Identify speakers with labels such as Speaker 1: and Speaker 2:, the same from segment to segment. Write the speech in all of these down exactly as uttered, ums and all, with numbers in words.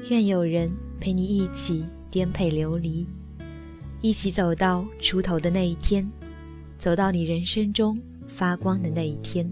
Speaker 1: 愿有人陪你一起颠沛流离，一起走到出头的那一天，走到你人生中发光的那一天。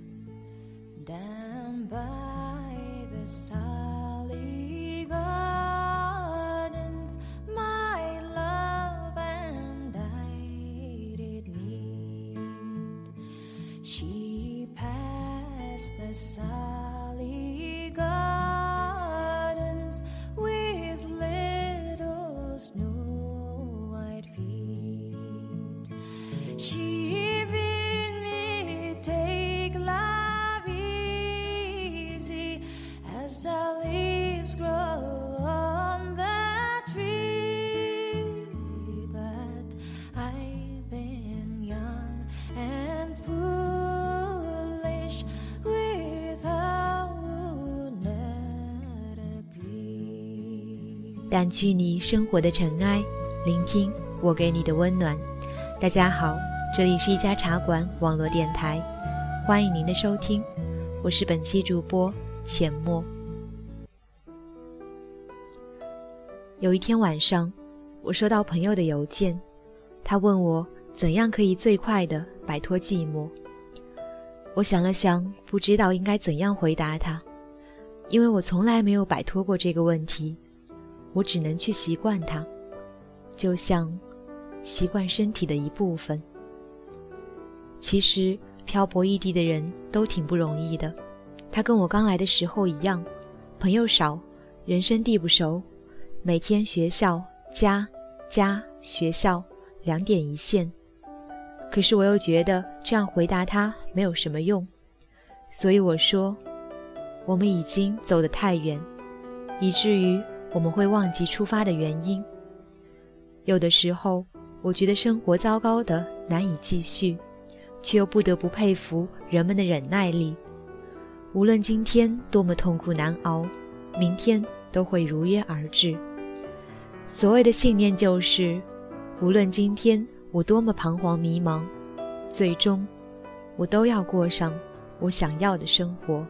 Speaker 2: She passed the Sally Gardens with little snow-white feet. She bid me take life easy as the leaves grow on the tree. But I've been young and foolish.
Speaker 1: 掸去你生活的尘埃，聆听我给你的温暖。大家好，这里是一家茶馆网络电台，欢迎您的收听，我是本期主播浅墨。有一天晚上，我收到朋友的邮件，他问我怎样可以最快地摆脱寂寞。我想了想，不知道应该怎样回答他，因为我从来没有摆脱过这个问题，我只能去习惯它，就像习惯身体的一部分。其实漂泊异地的人都挺不容易的，他跟我刚来的时候一样，朋友少，人生地不熟，每天学校家家学校两点一线。可是我又觉得这样回答他没有什么用，所以我说，我们已经走得太远，以至于我们会忘记出发的原因。有的时候我觉得生活糟糕的难以继续，却又不得不佩服人们的忍耐力。无论今天多么痛苦难熬，明天都会如约而至。所谓的信念就是，无论今天我多么彷徨迷茫，最终我都要过上我想要的生活。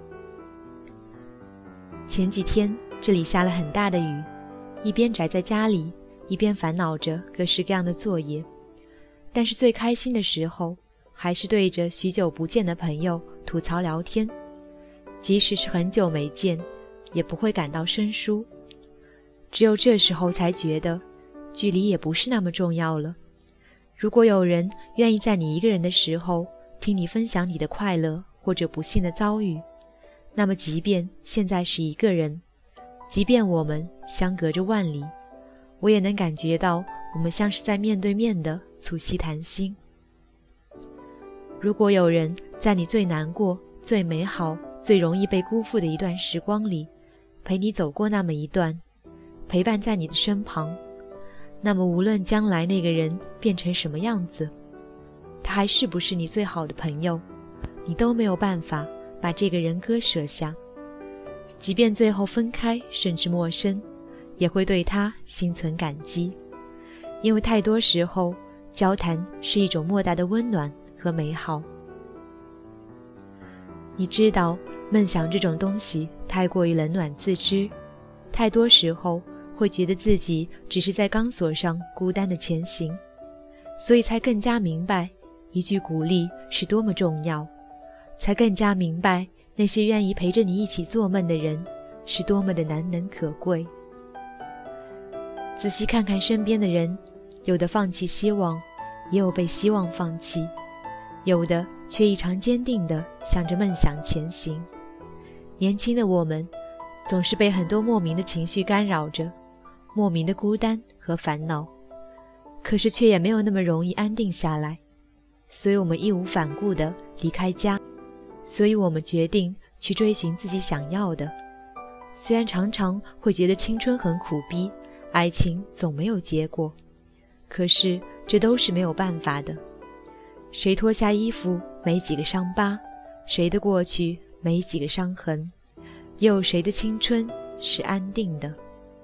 Speaker 1: 前几天这里下了很大的雨，一边宅在家里，一边烦恼着各式各样的作业。但是最开心的时候，还是对着许久不见的朋友吐槽聊天，即使是很久没见，也不会感到生疏。只有这时候才觉得，距离也不是那么重要了。如果有人愿意在你一个人的时候，听你分享你的快乐或者不幸的遭遇，那么即便现在是一个人，即便我们相隔着万里，我也能感觉到我们像是在面对面的促膝谈心。如果有人在你最难过、最美好、最容易被辜负的一段时光里，陪你走过那么一段，陪伴在你的身旁，那么无论将来那个人变成什么样子，他还是不是你最好的朋友，你都没有办法把这个人割舍下。即便最后分开，甚至陌生，也会对他心存感激，因为太多时候，交谈是一种莫大的温暖和美好。你知道，梦想这种东西太过于冷暖自知，太多时候会觉得自己只是在钢索上孤单的前行，所以才更加明白一句鼓励是多么重要，才更加明白那些愿意陪着你一起做梦的人是多么的难能可贵。仔细看看身边的人，有的放弃希望，也有被希望放弃，有的却异常坚定地向着梦想前行。年轻的我们总是被很多莫名的情绪干扰着，莫名的孤单和烦恼，可是却也没有那么容易安定下来，所以我们义无反顾地离开家，所以我们决定去追寻自己想要的。虽然常常会觉得青春很苦逼，爱情总没有结果，可是这都是没有办法的。谁脱下衣服没几个伤疤，谁的过去没几个伤痕，又有谁的青春是安定的？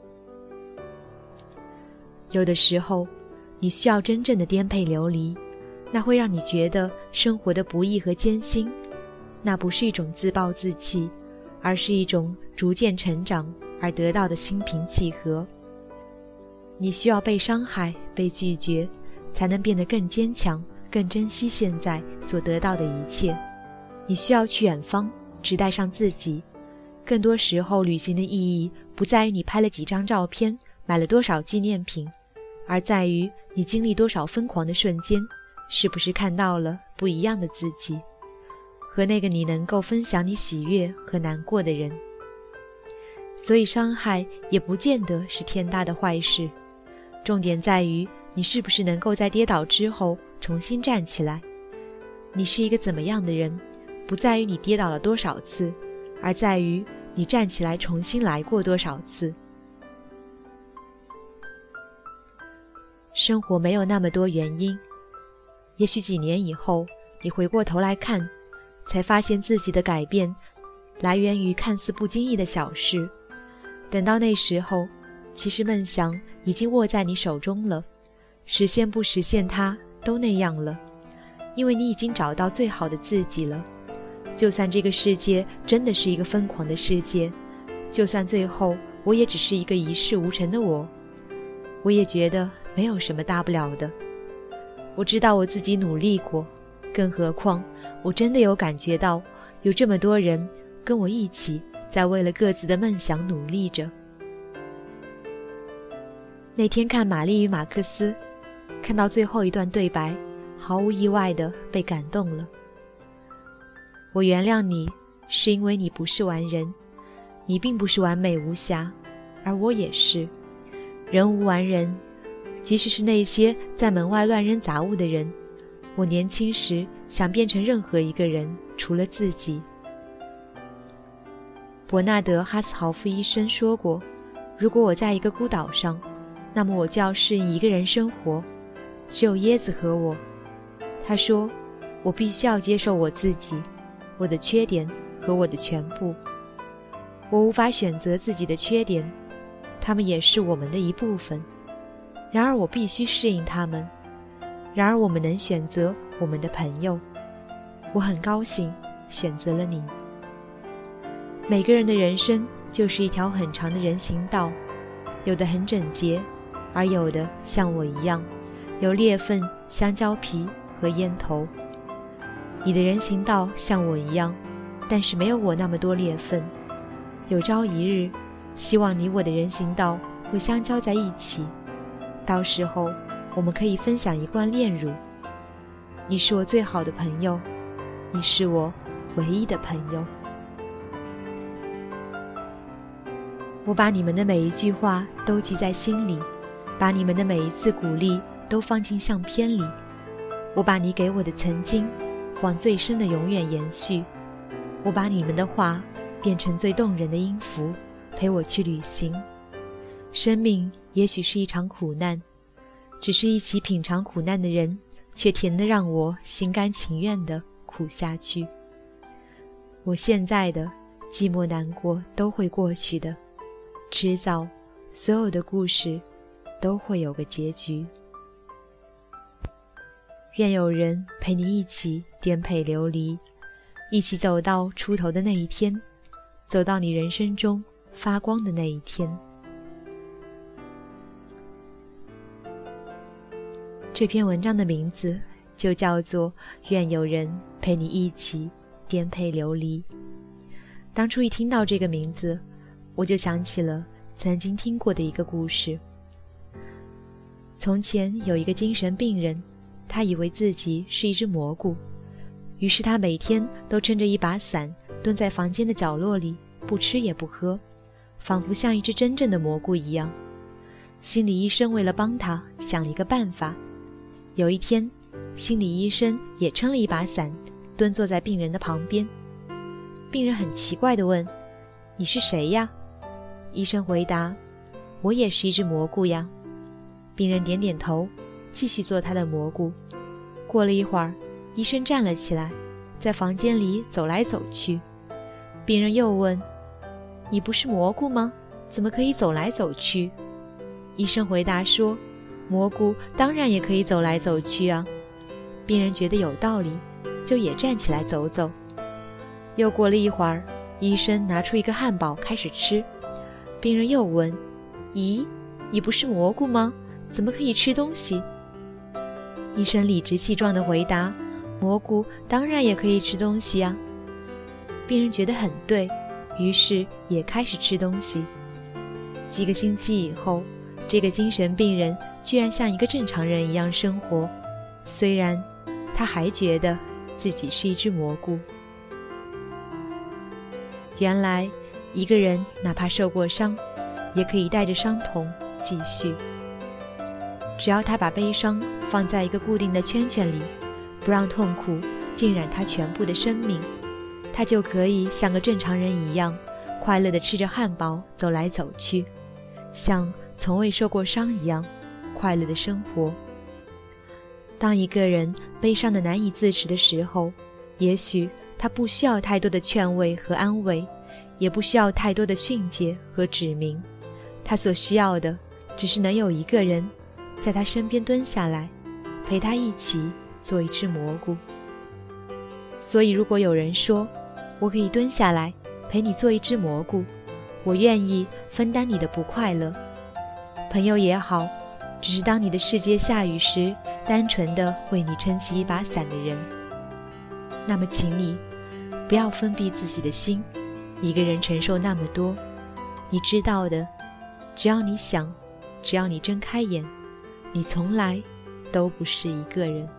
Speaker 1: 有的时候你需要真正的颠沛流离，那会让你觉得生活的不易和艰辛，那不是一种自暴自弃，而是一种逐渐成长而得到的心平气和。你需要被伤害、被拒绝，才能变得更坚强，更珍惜现在所得到的一切。你需要去远方，只带上自己。更多时候，旅行的意义不在于你拍了几张照片，买了多少纪念品，而在于你经历多少疯狂的瞬间，是不是看到了不一样的自己，和那个你能够分享你喜悦和难过的人。所以伤害也不见得是天大的坏事，重点在于你是不是能够在跌倒之后重新站起来。你是一个怎么样的人，不在于你跌倒了多少次，而在于你站起来重新来过多少次。生活没有那么多原因，也许几年以后你回过头来看，才发现自己的改变来源于看似不经意的小事。等到那时候，其实梦想已经握在你手中了，实现不实现它都那样了，因为你已经找到最好的自己了。就算这个世界真的是一个疯狂的世界，就算最后我也只是一个一事无成的我，我也觉得没有什么大不了的。我知道我自己努力过，更何况我真的有感觉到有这么多人跟我一起在为了各自的梦想努力着。那天看《玛丽与马克思》，看到最后一段对白，毫无意外地被感动了。我原谅你，是因为你不是完人，你并不是完美无瑕，而我也是。人无完人，即使是那些在门外乱扔杂物的人，我年轻时想变成任何一个人，除了自己。伯纳德·哈斯豪夫医生说过，如果我在一个孤岛上，那么我就要适应一个人生活，只有椰子和我。他说，我必须要接受我自己，我的缺点和我的全部。我无法选择自己的缺点，它们也是我们的一部分。然而我必须适应它们。然而我们能选择我们的朋友。我很高兴选择了你。每个人的人生就是一条很长的人行道，有的很整洁，而有的像我一样，有裂缝、香蕉皮和烟头。你的人行道像我一样，但是没有我那么多裂缝。有朝一日，希望你我的人行道会相交在一起，到时候我们可以分享一罐炼乳。你是我最好的朋友，你是我唯一的朋友。我把你们的每一句话都记在心里，把你们的每一次鼓励都放进相片里。我把你给我的曾经往最深的永远延续。我把你们的话变成最动人的音符，陪我去旅行。生命也许是一场苦难，只是一起品尝苦难的人，却甜得让我心甘情愿地苦下去。我现在的寂寞难过都会过去的，迟早所有的故事都会有个结局。愿有人陪你一起颠沛流离，一起走到出头的那一天，走到你人生中发光的那一天。这篇文章的名字就叫做愿有人陪你一起颠沛流离。当初一听到这个名字，我就想起了曾经听过的一个故事。从前有一个精神病人，他以为自己是一只蘑菇，于是他每天都撑着一把伞，蹲在房间的角落里，不吃也不喝，仿佛像一只真正的蘑菇一样。心理医生为了帮他，想了一个办法。有一天，心理医生也撑了一把伞，蹲坐在病人的旁边。病人很奇怪地问：你是谁呀？医生回答：我也是一只蘑菇呀。病人点点头，继续做他的蘑菇。过了一会儿，医生站了起来，在房间里走来走去。病人又问：你不是蘑菇吗？怎么可以走来走去？医生回答说：蘑菇当然也可以走来走去啊。病人觉得有道理，就也站起来走走。又过了一会儿，医生拿出一个汉堡开始吃。 病人又问：咦，你不是蘑菇吗？怎么可以吃东西？医生理直气壮地回答：蘑菇当然也可以吃东西啊。病人觉得很对，于是也开始吃东西。几个星期以后，这个精神病人居然像一个正常人一样生活，虽然他还觉得自己是一只蘑菇。原来一个人哪怕受过伤，也可以带着伤痛继续。只要他把悲伤放在一个固定的圈圈里，不让痛苦浸染他全部的生命，他就可以像个正常人一样，快乐地吃着汉堡走来走去，像从未受过伤一样快乐地生活。当一个人悲伤得难以自持的时候，也许他不需要太多的劝慰和安慰，也不需要太多的训诫和指明，他所需要的只是能有一个人在他身边蹲下来，陪他一起做一只蘑菇。所以如果有人说，我可以蹲下来陪你做一只蘑菇，我愿意分担你的不快乐。朋友也好，只是当你的世界下雨时单纯的为你撑起一把伞的人，那么请你不要封闭自己的心，一个人承受那么多。你知道的，只要你想，只要你睁开眼，你从来都不是一个人。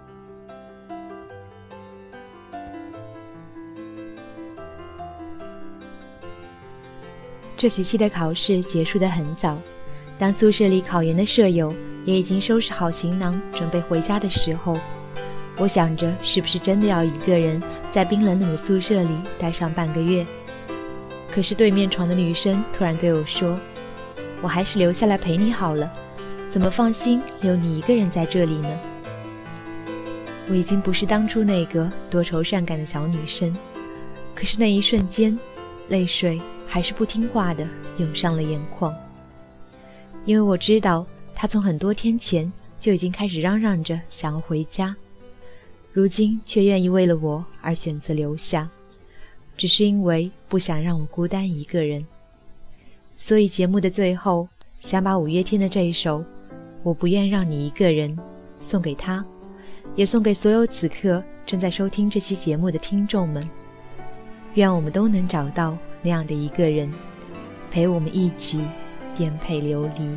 Speaker 1: 这学期的考试结束得很早，当宿舍里考研的舍友也已经收拾好行囊准备回家的时候，我想着是不是真的要一个人在冰冷冷的宿舍里待上半个月。可是对面床的女生突然对我说，我还是留下来陪你好了，怎么放心留你一个人在这里呢？我已经不是当初那个多愁善感的小女生，可是那一瞬间，泪水还是不听话地涌上了眼眶。因为我知道她从很多天前就已经开始嚷嚷着想要回家，如今却愿意为了我而选择留下，只是因为不想让我孤单一个人。所以节目的最后，想把五月天的这一首《我不愿让你一个人》送给他，也送给所有此刻正在收听这期节目的听众们。愿我们都能找到那样的一个人，陪我们一起颠沛流离。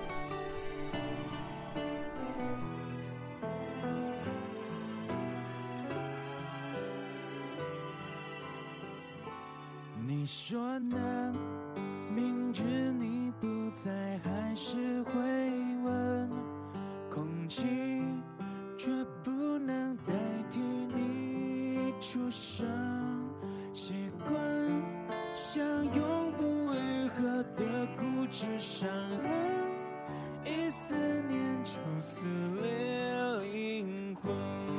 Speaker 3: 你说呢？明知你不在，还是会问，空气却不能代替你出声，习惯像永不愈合的固执伤痕，一思念就撕裂灵魂，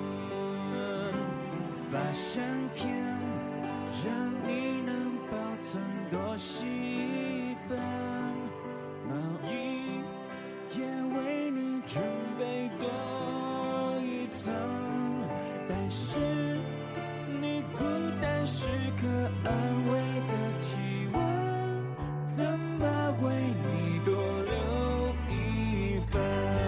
Speaker 3: 把相片让你能保存多细本，毛衣也为你准备多一层，但是你孤单时刻安慰的体温，怎么为你多留一份？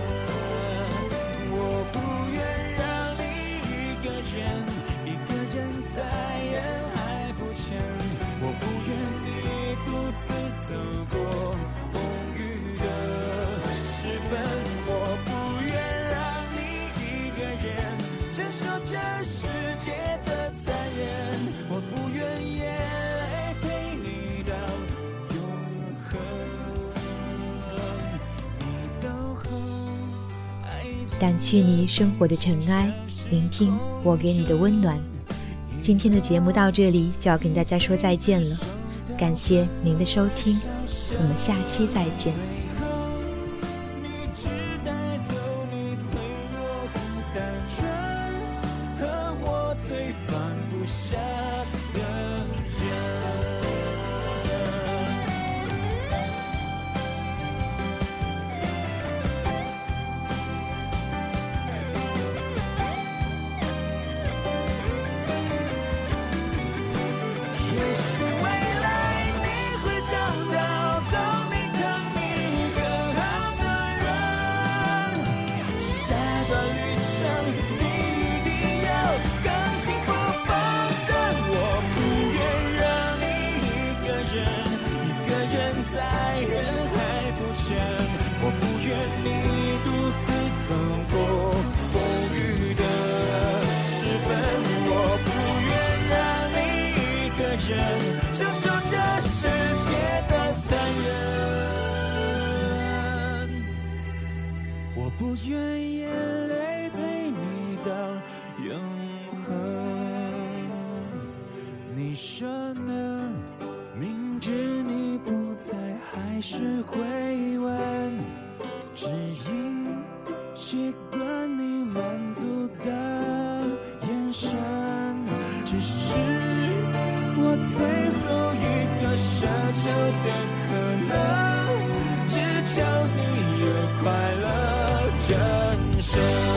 Speaker 3: 我不愿让你一个人，一个人在人海浮沉，我不愿你独自走过风雨的时分，我不愿让你一个人承受这世界的残忍，我不愿眼泪陪你到永恒。你走后，
Speaker 1: 掸去你生活的尘埃，聆听我给你的温暖。今天的节目到这里就要跟大家说再见了，感谢您的收听，我们下期再见。
Speaker 3: 你只带走你脆弱和单纯，和我最放不下的人。也许未来你会找到懂你独自走过风雨的时分，我不愿让你一个人承受这世界的残忍，我不愿眼泪陪你到永恒。你说呢？明知你不在，还是会问，只因习惯你满足的眼神，只是我最后一个奢求的可能，只求你有快乐人生。